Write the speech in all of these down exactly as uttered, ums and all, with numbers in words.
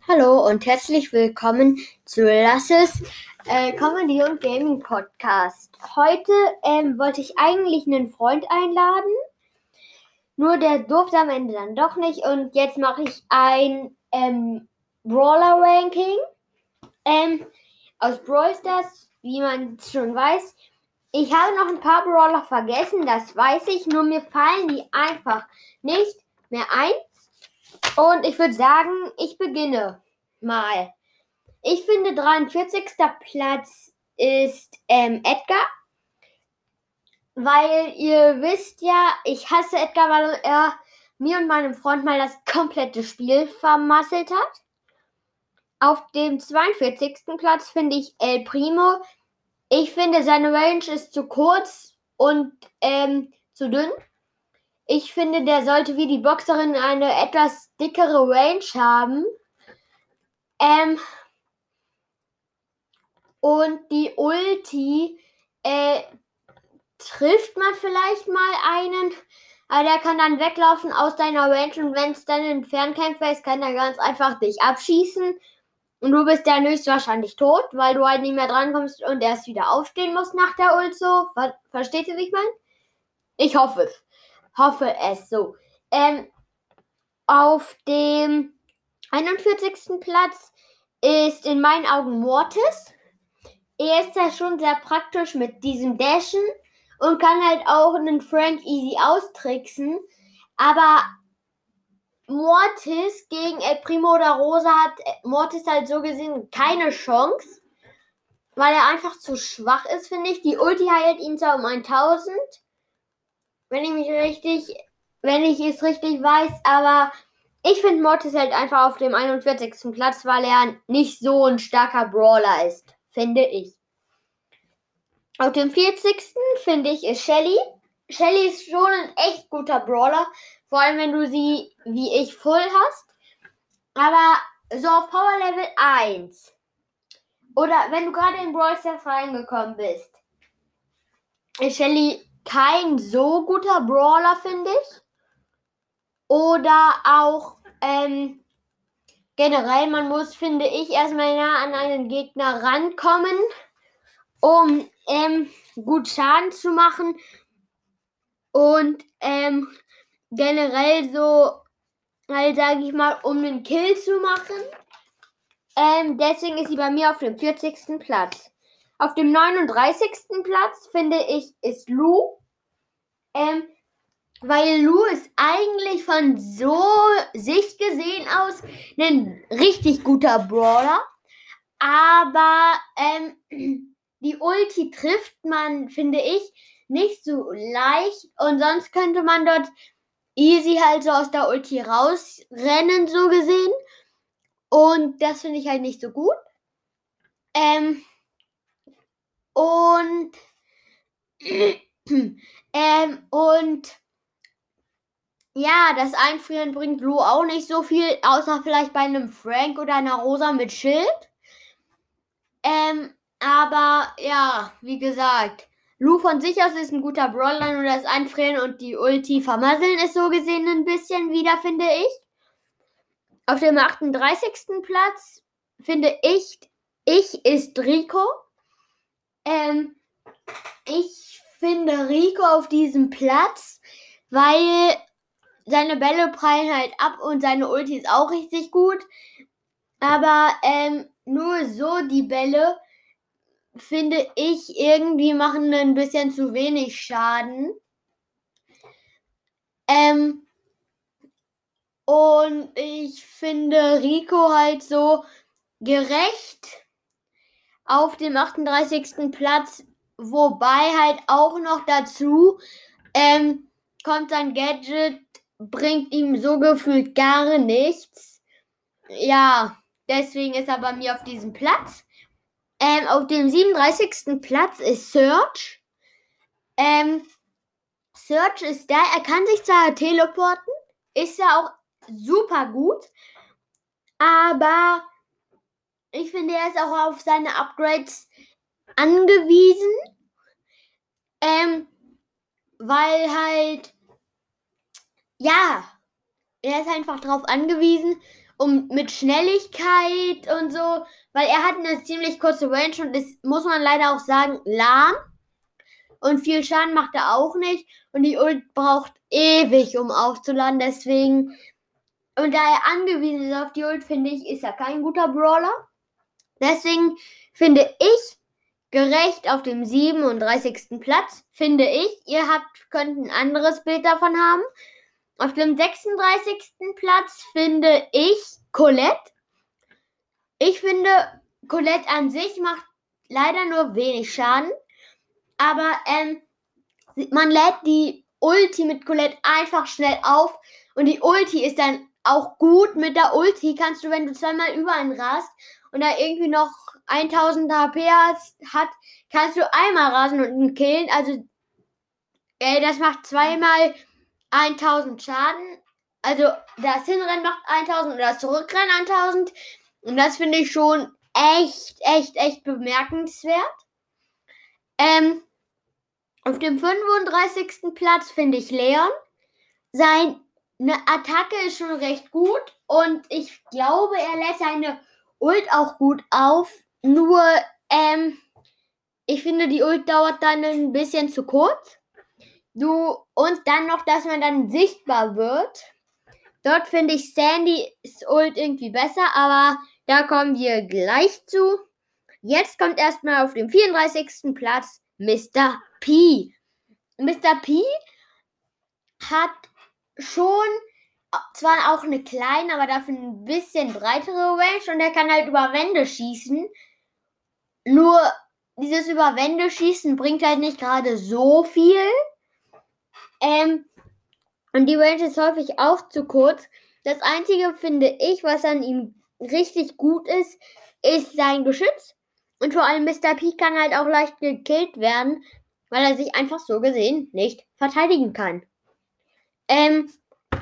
Hallo und herzlich willkommen zu Lasses äh, Comedy und Gaming Podcast. Heute ähm, wollte ich eigentlich einen Freund einladen, nur der durfte am Ende dann doch nicht und jetzt mache ich ein ähm, Brawler Ranking ähm, aus Brawl Stars, wie man schon weiß. Ich habe noch ein paar Brawler vergessen, das weiß ich, nur mir fallen die einfach nicht mehr ein. Und ich würde sagen, ich beginne mal. Ich finde, dreiundvierzigster Platz ist ähm, Edgar, weil ihr wisst ja, ich hasse Edgar, weil er mir und meinem Freund mal das komplette Spiel vermasselt hat. Auf dem zweiundvierzigsten Platz finde ich El Primo. Ich finde, seine Range ist zu kurz und ähm, zu dünn. Ich finde, der sollte wie die Boxerin eine etwas dickere Range haben. Ähm, und die Ulti äh, trifft man vielleicht mal einen, aber der kann dann weglaufen aus deiner Range und wenn es dann ein Fernkämpfer ist, kann er ganz einfach dich abschießen und du bist dann höchstwahrscheinlich tot, weil du halt nicht mehr drankommst und erst wieder aufstehen musst nach der Ult so. Ver Versteht ihr, wie ich meine? Ich hoffe es. Hoffe es so. Ähm, auf dem einundvierzigsten Platz ist in meinen Augen Mortis. Er ist ja schon sehr praktisch mit diesem Dashen und kann halt auch einen Frank easy austricksen. Aber Mortis gegen El Primo oder Rosa hat Mortis halt so gesehen keine Chance, weil er einfach zu schwach ist, finde ich. Die Ulti heilt ihn zwar um tausend, wenn ich mich richtig, wenn ich es richtig weiß, aber ich finde Mortis halt einfach auf dem einundvierzigsten Platz, weil er nicht so ein starker Brawler ist, finde ich. Auf dem vierzigsten finde ich ist Shelly. Shelly ist schon ein echt guter Brawler, vor allem wenn du sie wie ich voll hast. Aber so auf Power Level eins oder wenn du gerade in Brawl Stars reingekommen bist, ist Shelly kein so guter Brawler, finde ich. Oder auch ähm, generell, man muss, finde ich, erstmal nah an einen Gegner rankommen, um ähm, gut Schaden zu machen. Und ähm, generell so, halt sage ich mal, um einen Kill zu machen. Ähm, deswegen ist sie bei mir auf dem vierzigsten Platz. Auf dem neununddreißigsten Platz, finde ich, ist Lu. Ähm, weil Lu ist eigentlich von so Sicht gesehen aus ein richtig guter Brawler. Aber ähm, die Ulti trifft man, finde ich, nicht so leicht. Und sonst könnte man dort easy halt so aus der Ulti rausrennen, so gesehen. Und das finde ich halt nicht so gut. Ähm, und ähm, und ja, das Einfrieren bringt Lu auch nicht so viel, außer vielleicht bei einem Frank oder einer Rosa mit Schild. Ähm, aber ja, wie gesagt, Lu von sich aus ist ein guter Brawler, nur das Einfrieren und die Ulti vermasseln ist so gesehen ein bisschen wieder, finde ich. Auf dem achtunddreißigsten Platz finde ich, ich ist Rico. Ähm, ich finde Rico auf diesem Platz, weil seine Bälle prallen halt ab und seine Ulti ist auch richtig gut. Aber ähm, nur so die Bälle, finde ich, irgendwie machen ein bisschen zu wenig Schaden. Ähm, und ich finde Rico halt so gerecht auf dem achtunddreißigsten Platz, wobei halt auch noch dazu ähm, kommt sein Gadget, bringt ihm so gefühlt gar nichts. Ja, deswegen ist er bei mir auf diesem Platz. Ähm, auf dem siebenunddreißigsten Platz ist Search. Ähm, Search ist da, er kann sich zwar teleporten, ist ja auch super gut, aber ich finde, er ist auch auf seine Upgrades angewiesen, ähm, weil halt, ja, er ist einfach drauf angewiesen um mit Schnelligkeit und so, weil er hat eine ziemlich kurze Range und ist, muss man leider auch sagen, lahm. Und viel Schaden macht er auch nicht. Und die Ult braucht ewig, um aufzuladen. Deswegen, und da er angewiesen ist auf die Ult, finde ich, ist er kein guter Brawler. Deswegen finde ich gerecht auf dem siebenunddreißigsten Platz, finde ich. Ihr habt, könnt ein anderes Bild davon haben. Auf dem sechsunddreißigsten Platz finde ich Colette. Ich finde, Colette an sich macht leider nur wenig Schaden. Aber ähm, man lädt die Ulti mit Colette einfach schnell auf. Und die Ulti ist dann auch gut. Mit der Ulti kannst du, wenn du zweimal über einen rast und da irgendwie noch tausend H P hat, kannst du einmal rasen und ihn killen. Also äh, das macht zweimal tausend Schaden. Also das Hinrennen macht tausend und das Zurückrennen tausend. Und das finde ich schon echt, echt, echt bemerkenswert. Ähm, auf dem fünfunddreißigsten Platz finde ich Leon. Seine Attacke ist schon recht gut und ich glaube, er lässt seine Ult auch gut auf. Nur, ähm, ich finde, die Ult dauert dann ein bisschen zu kurz. Du, und dann noch, dass man dann sichtbar wird. Dort finde ich Sandys Ult irgendwie besser, aber da kommen wir gleich zu. Jetzt kommt erstmal auf dem vierunddreißigsten Platz Mister P. Mister P hat schon zwar auch eine kleine, aber dafür ein bisschen breitere Range und er kann halt über Wände schießen. Nur dieses über Wände schießen bringt halt nicht gerade so viel. Ähm, und die Range ist häufig auch zu kurz. Das Einzige, finde ich, was an ihm richtig gut ist, ist sein Geschütz. Und vor allem Mister P kann halt auch leicht gekillt werden, weil er sich einfach so gesehen nicht verteidigen kann. Ähm,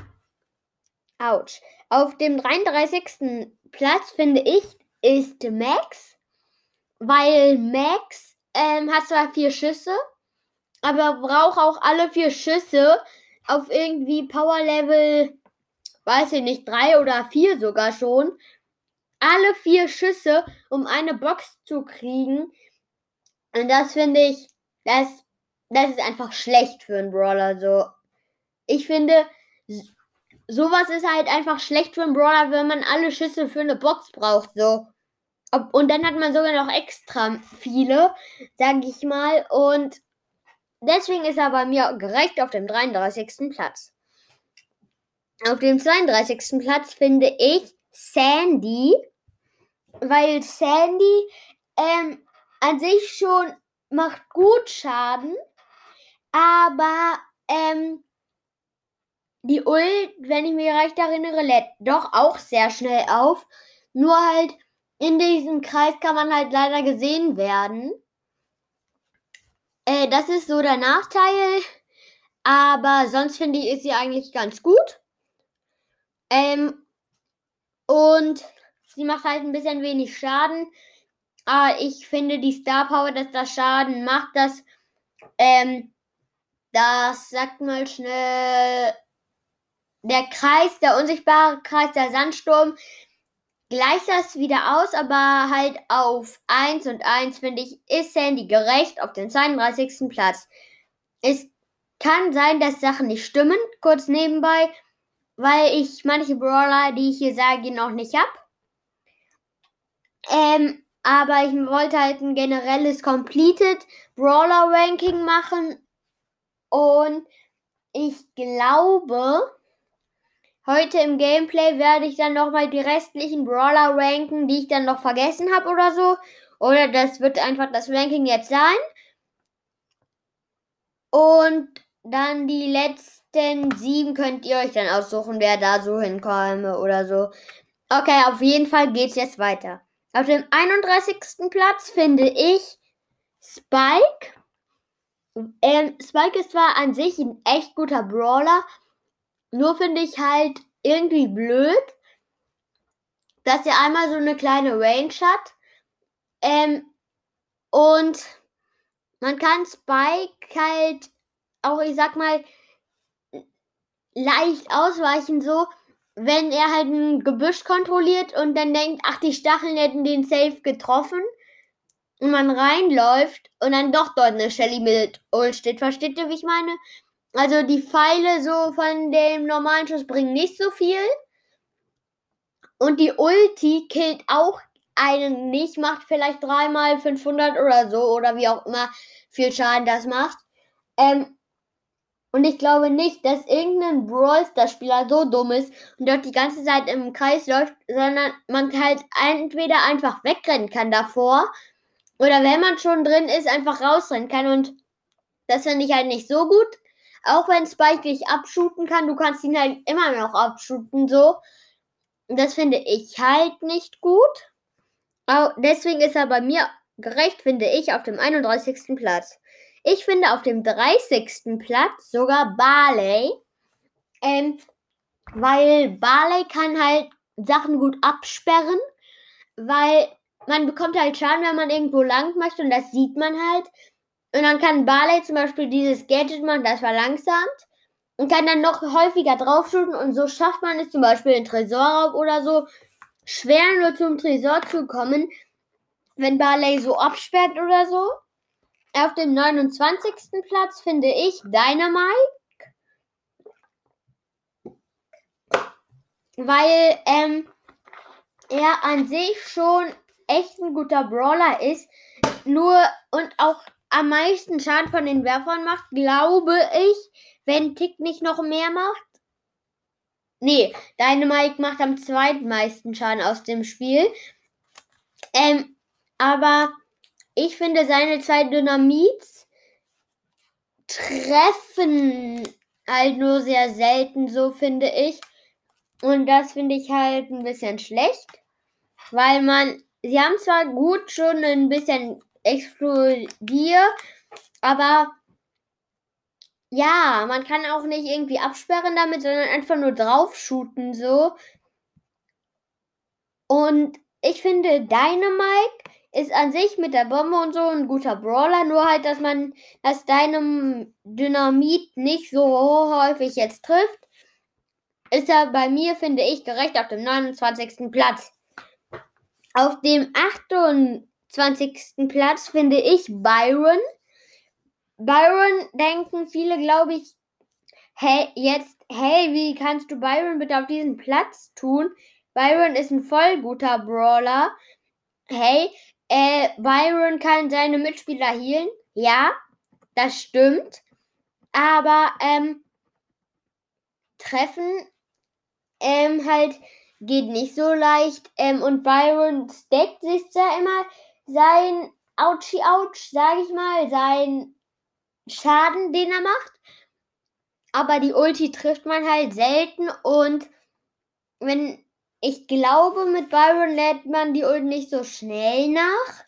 ouch. Auf dem dreiunddreißigsten Platz, finde ich, ist Max, weil Max ähm, hat zwar vier Schüsse, aber braucht auch alle vier Schüsse auf irgendwie Power Level, weiß ich nicht, drei oder vier sogar schon. Alle vier Schüsse, um eine Box zu kriegen. Und das finde ich, das, das ist einfach schlecht für einen Brawler. So. Ich finde, sowas ist halt einfach schlecht für einen Brawler, wenn man alle Schüsse für eine Box braucht. So. Und dann hat man sogar noch extra viele, sage ich mal. Und deswegen ist er bei mir gerecht auf dem dreiunddreißigsten Platz. Auf dem zweiunddreißigsten Platz finde ich Sandy, weil Sandy ähm, an sich schon macht gut Schaden, aber ähm, die Ult, wenn ich mich recht erinnere, lädt doch auch sehr schnell auf. Nur halt in diesem Kreis kann man halt leider gesehen werden. Äh, das ist so der Nachteil, aber sonst finde ich, ist sie eigentlich ganz gut. Ähm, und sie macht halt ein bisschen wenig Schaden. Aber ich finde die Star Power, dass das Schaden macht, dass, ähm, das, sagt mal schnell, der Kreis, der unsichtbare Kreis, der Sandsturm, gleicht das wieder aus, aber halt auf eins und eins, finde ich, ist Sandy gerecht auf den zweiunddreißigsten Platz. Es kann sein, dass Sachen nicht stimmen, kurz nebenbei, weil ich manche Brawler, die ich hier sage, noch nicht habe. Ähm, aber ich wollte halt ein generelles Completed Brawler Ranking machen und ich glaube, heute im Gameplay werde ich dann nochmal die restlichen Brawler ranken, die ich dann noch vergessen habe oder so. Oder das wird einfach das Ranking jetzt sein. Und dann die letzten sieben könnt ihr euch dann aussuchen, wer da so hinkomme oder so. Okay, auf jeden Fall geht's jetzt weiter. Auf dem einunddreißigsten Platz finde ich Spike. Ähm, Spike ist zwar an sich ein echt guter Brawler, nur finde ich halt irgendwie blöd, dass er einmal so eine kleine Range hat. Ähm, und man kann Spike halt auch, ich sag mal, leicht ausweichen so, wenn er halt ein Gebüsch kontrolliert und dann denkt, ach, die Stacheln hätten den safe getroffen und man reinläuft und dann doch dort eine Shelly mit Ult steht. Versteht ihr, wie ich meine? Also die Pfeile so von dem normalen Schuss bringen nicht so viel. Und die Ulti killt auch einen nicht, macht vielleicht dreimal fünfhundert oder so oder wie auch immer viel Schaden das macht. Ähm, und ich glaube nicht, dass irgendein Brawl Stars Spieler so dumm ist und dort die ganze Zeit im Kreis läuft, sondern man halt entweder einfach wegrennen kann davor oder wenn man schon drin ist, einfach rausrennen kann. Und das finde ich halt nicht so gut. Auch wenn Spike dich abschuten kann, du kannst ihn halt immer noch abschuten, so. Das finde ich halt nicht gut. Aber deswegen ist er bei mir gerecht, finde ich, auf dem einunddreißigsten Platz. Ich finde auf dem dreißigsten Platz sogar Barley. Ähm, weil Barley kann halt Sachen gut absperren, weil man bekommt halt Schaden, wenn man irgendwo lang möchte und das sieht man halt. Und dann kann Barley zum Beispiel dieses Gadget machen, das verlangsamt und kann dann noch häufiger draufschuten und so schafft man es zum Beispiel in Tresorraub oder so schwer nur zum Tresor zu kommen, wenn Barley so absperrt oder so. Auf dem neunundzwanzigsten Platz finde ich Dynamite, weil ähm, er an sich schon echt ein guter Brawler ist, nur und auch am meisten Schaden von den Werfern macht, glaube ich, wenn Tick nicht noch mehr macht. Nee, Dynamite macht am zweitmeisten Schaden aus dem Spiel. Ähm, aber ich finde, seine zwei Dynamits treffen halt nur sehr selten, so finde ich. Und das finde ich halt ein bisschen schlecht, weil man, sie haben zwar gut schon ein bisschen explodiert, aber ja, man kann auch nicht irgendwie absperren damit, sondern einfach nur draufshooten, so. Und ich finde, Dynamite ist an sich mit der Bombe und so ein guter Brawler, nur halt, dass man das Dynamit nicht so häufig jetzt trifft, ist er bei mir, finde ich, gerecht auf dem neunundzwanzigsten Platz. Auf dem achtundzwanzigsten Platz finde ich Byron. Byron denken viele, glaube ich, hey, jetzt, hey, wie kannst du Byron bitte auf diesen Platz tun? Byron ist ein voll guter Brawler. Hey, äh, Byron kann seine Mitspieler healen. Ja, das stimmt. Aber, ähm, treffen, ähm, halt geht nicht so leicht. Ähm, und Byron stackt sich ja immer sein Ouchie Ouch, sag ich mal, sein Schaden, den er macht. Aber die Ulti trifft man halt selten und wenn, ich glaube, mit Byron lädt man die Ulti nicht so schnell nach.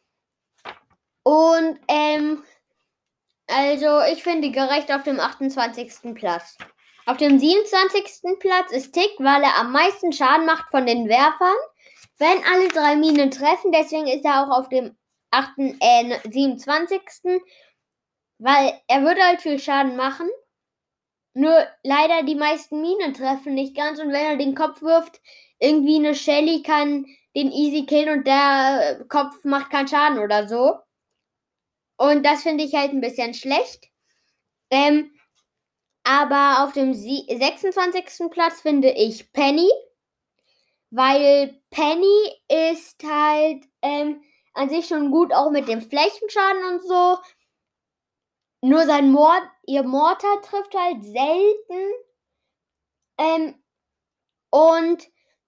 Und, ähm, also ich finde gerecht auf dem achtundzwanzigsten Platz. Auf dem siebenundzwanzigsten Platz ist Tick, weil er am meisten Schaden macht von den Werfern, wenn alle drei Minen treffen. Deswegen ist er auch auf dem achten, äh, siebenundzwanzigsten Weil er würde halt viel Schaden machen. Nur leider die meisten Minen treffen nicht ganz und wenn er den Kopf wirft, irgendwie eine Shelly kann den easy killen und der Kopf macht keinen Schaden oder so. Und das finde ich halt ein bisschen schlecht. Ähm, aber auf dem sechsundzwanzigsten Platz finde ich Penny, weil Penny ist halt ähm, an sich schon gut, auch mit dem Flächenschaden und so. Nur sein Mord, ihr Mortar trifft halt selten. Ähm, und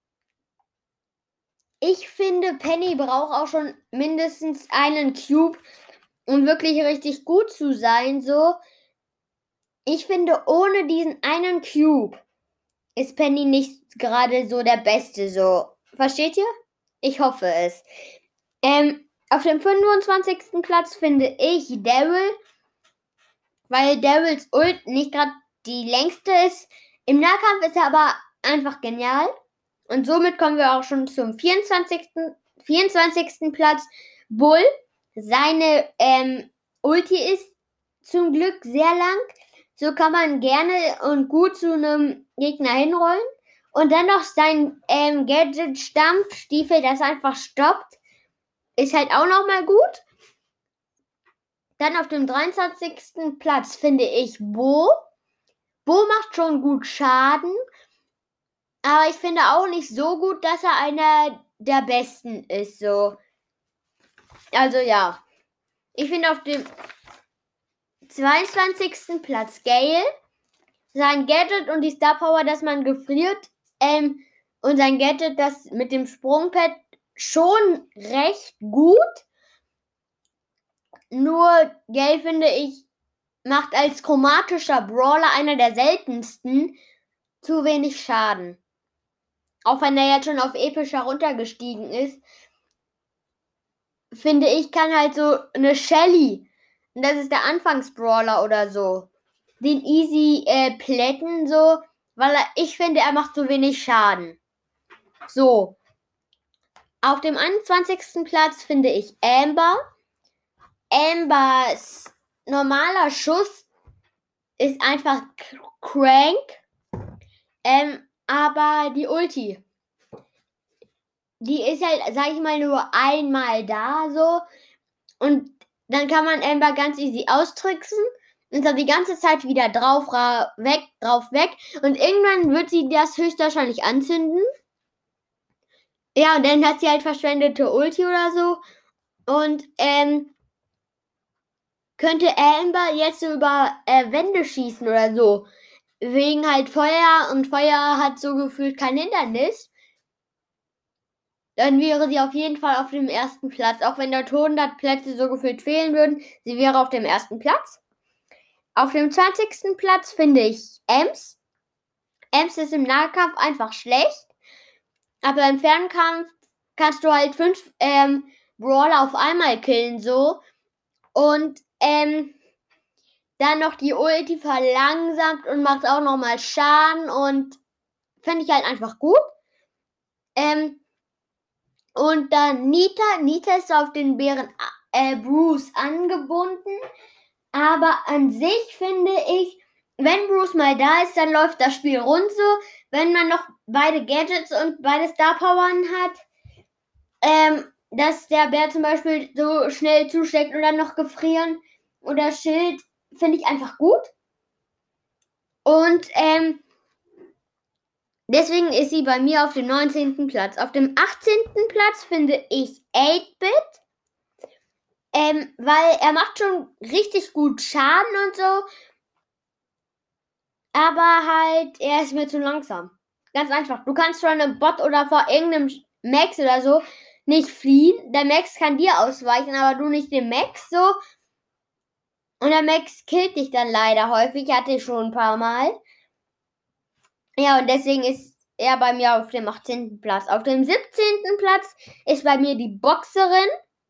ich finde, Penny braucht auch schon mindestens einen Cube, um wirklich richtig gut zu sein. So, ich finde, ohne diesen einen Cube ist Penny nicht gerade so der Beste. So, versteht ihr? Ich hoffe es. Ähm, auf dem fünfundzwanzigsten Platz finde ich Daryl, weil Daryls Ult nicht gerade die längste ist. Im Nahkampf ist er aber einfach genial. Und somit kommen wir auch schon zum vierundzwanzigsten vierundzwanzigsten Platz. Bull. Seine ähm, Ulti ist zum Glück sehr lang. So kann man gerne und gut zu einem Gegner hinrollen. Und dann noch sein ähm, Gadget-Stampfstiefel, das einfach stoppt. Ist halt auch nochmal gut. Dann auf dem dreiundzwanzigsten Platz finde ich Bo. Bo macht schon gut Schaden. Aber ich finde auch nicht so gut, dass er einer der Besten ist. So. Also ja. Ich finde auf dem zweiundzwanzigsten Platz Gale. Sein Gadget und die Star Power, dass man gefriert. Ähm, und sein Gadget, das mit dem Sprungpad schon recht gut. Nur Gale, finde ich, macht als chromatischer Brawler, einer der seltensten, zu wenig Schaden. Auch wenn er jetzt schon auf episch heruntergestiegen ist, finde ich, kann halt so eine Shelly, und das ist der Anfangsbrawler oder so, den easy äh, plätten, so, weil er, ich finde, er macht zu wenig Schaden. So. Auf dem einundzwanzigsten Platz finde ich Amber. Ambers normaler Schuss ist einfach crank. Ähm, aber die Ulti, die ist halt, sag ich mal, nur einmal da, so. Und dann kann man Amber ganz easy austricksen und dann die ganze Zeit wieder drauf, weg, drauf, weg. Und irgendwann wird sie das höchstwahrscheinlich anzünden. Ja, und dann hat sie halt verschwendete Ulti oder so. Und, ähm, könnte Amber jetzt so über äh, Wände schießen oder so. Wegen halt Feuer, und Feuer hat so gefühlt kein Hindernis. Dann wäre sie auf jeden Fall auf dem ersten Platz. Auch wenn dort hundert Plätze so gefühlt fehlen würden, sie wäre auf dem ersten Platz. Auf dem zwanzigsten Platz finde ich Ems. Ems ist im Nahkampf einfach schlecht. Aber im Fernkampf kannst du halt fünf ähm, Brawler auf einmal killen, so. Und, ähm, dann noch die Ulti verlangsamt und macht auch nochmal Schaden und finde ich halt einfach gut. Ähm, und dann Nita. Nita ist auf den Bären äh, Bruce angebunden. Aber an sich finde ich, wenn Bruce mal da ist, dann läuft das Spiel rund so. Wenn man noch beide Gadgets und beide Star Powern hat, ähm, dass der Bär zum Beispiel so schnell zusteckt und dann noch gefrieren oder Schild, finde ich einfach gut. Und ähm, deswegen ist sie bei mir auf dem neunzehnten Platz. Auf dem achtzehnten Platz finde ich acht-Bit. Ähm, weil er macht schon richtig gut Schaden und so. Aber halt, er ist mir zu langsam. Ganz einfach. Du kannst von einem Bot oder vor irgendeinem Max oder so nicht fliehen. Der Max kann dir ausweichen, aber du nicht dem Max so. Und der Max killt dich dann leider häufig. Hatte ich schon ein paar Mal. Ja, und deswegen ist er bei mir auf dem achtzehnten Platz. Auf dem siebzehnten Platz ist bei mir die Boxerin.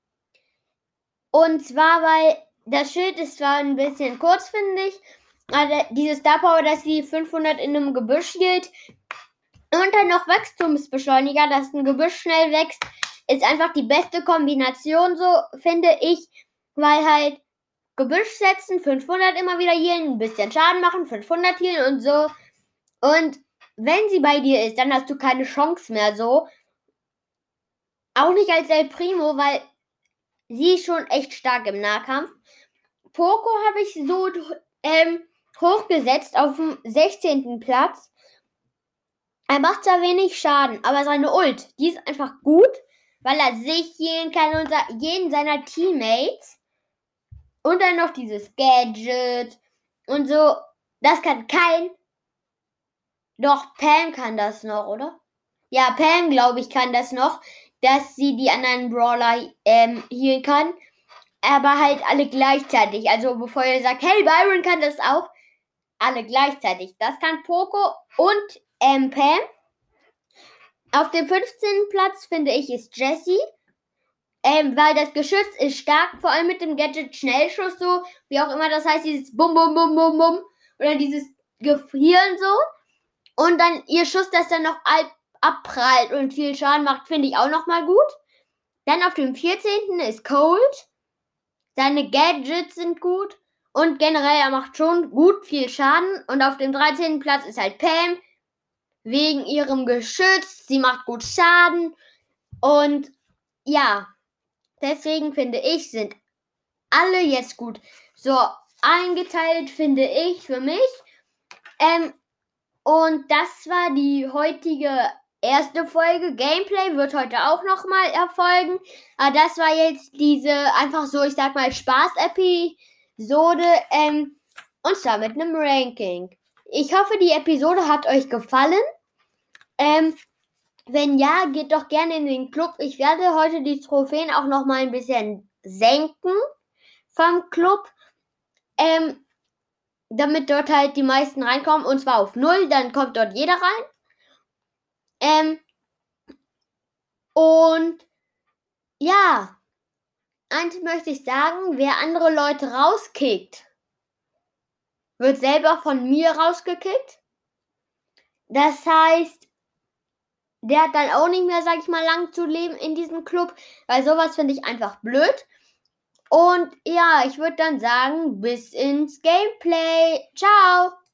Und zwar, weil das Schild ist zwar ein bisschen kurz, finde ich. Aber diese Star Power, dass sie fünfhundert in einem Gebüsch hielt. Und dann noch Wachstumsbeschleuniger, dass ein Gebüsch schnell wächst, ist einfach die beste Kombination, so finde ich. Weil halt Gebüsch setzen, fünfhundert immer wieder healen, ein bisschen Schaden machen, fünfhundert healen und so. Und wenn sie bei dir ist, dann hast du keine Chance mehr so. Auch nicht als El Primo, weil sie ist schon echt stark im Nahkampf. Poco habe ich so ähm, hochgesetzt auf dem sechzehnten Platz. Er macht zwar wenig Schaden, aber seine Ult, die ist einfach gut, weil er sich healen kann und jeden seiner Teammates. Und dann noch dieses Gadget und so. Das kann kein... Doch, Pam kann das noch, oder? Ja, Pam, glaube ich, kann das noch, dass sie die anderen Brawler ähm, healen kann. Aber halt alle gleichzeitig. Also bevor ihr sagt, hey, Byron kann das auch. Alle gleichzeitig. Das kann Poco und ähm, Pam. Auf dem fünfzehnten Platz, finde ich, ist Jessie. Ähm, weil das Geschütz ist stark, vor allem mit dem Gadget Schnellschuss so, wie auch immer das heißt, dieses Bum, Bum, Bum, Bum, Bum. Oder dieses Gefrieren so. Und dann ihr Schuss, das dann noch abprallt und viel Schaden macht, finde ich auch nochmal gut. Dann auf dem vierzehnten ist Cold. Seine Gadgets sind gut. Und generell, er macht schon gut viel Schaden. Und auf dem dreizehnten Platz ist halt Pam. wegen ihrem Geschütz. Sie macht gut Schaden. Und ja, deswegen finde ich, sind alle jetzt gut so eingeteilt, finde ich, für mich. Ähm, und das war die heutige erste Folge. Gameplay wird heute auch nochmal erfolgen. Aber das war jetzt diese einfach so, ich sag mal, Spaß-Episode. Ähm, und zwar mit einem Ranking. Ich hoffe, die Episode hat euch gefallen. Ähm, wenn ja, geht doch gerne in den Club. Ich werde heute die Trophäen auch noch mal ein bisschen senken vom Club, ähm, damit dort halt die meisten reinkommen. Und zwar auf null, dann kommt dort jeder rein. Ähm, und ja, eins möchte ich sagen, wer andere Leute rauskickt, wird selber von mir rausgekickt. Das heißt, der hat dann auch nicht mehr, sag ich mal, lang zu leben in diesem Club, weil sowas finde ich einfach blöd. Und ja, ich würde dann sagen, bis ins Gameplay. Ciao!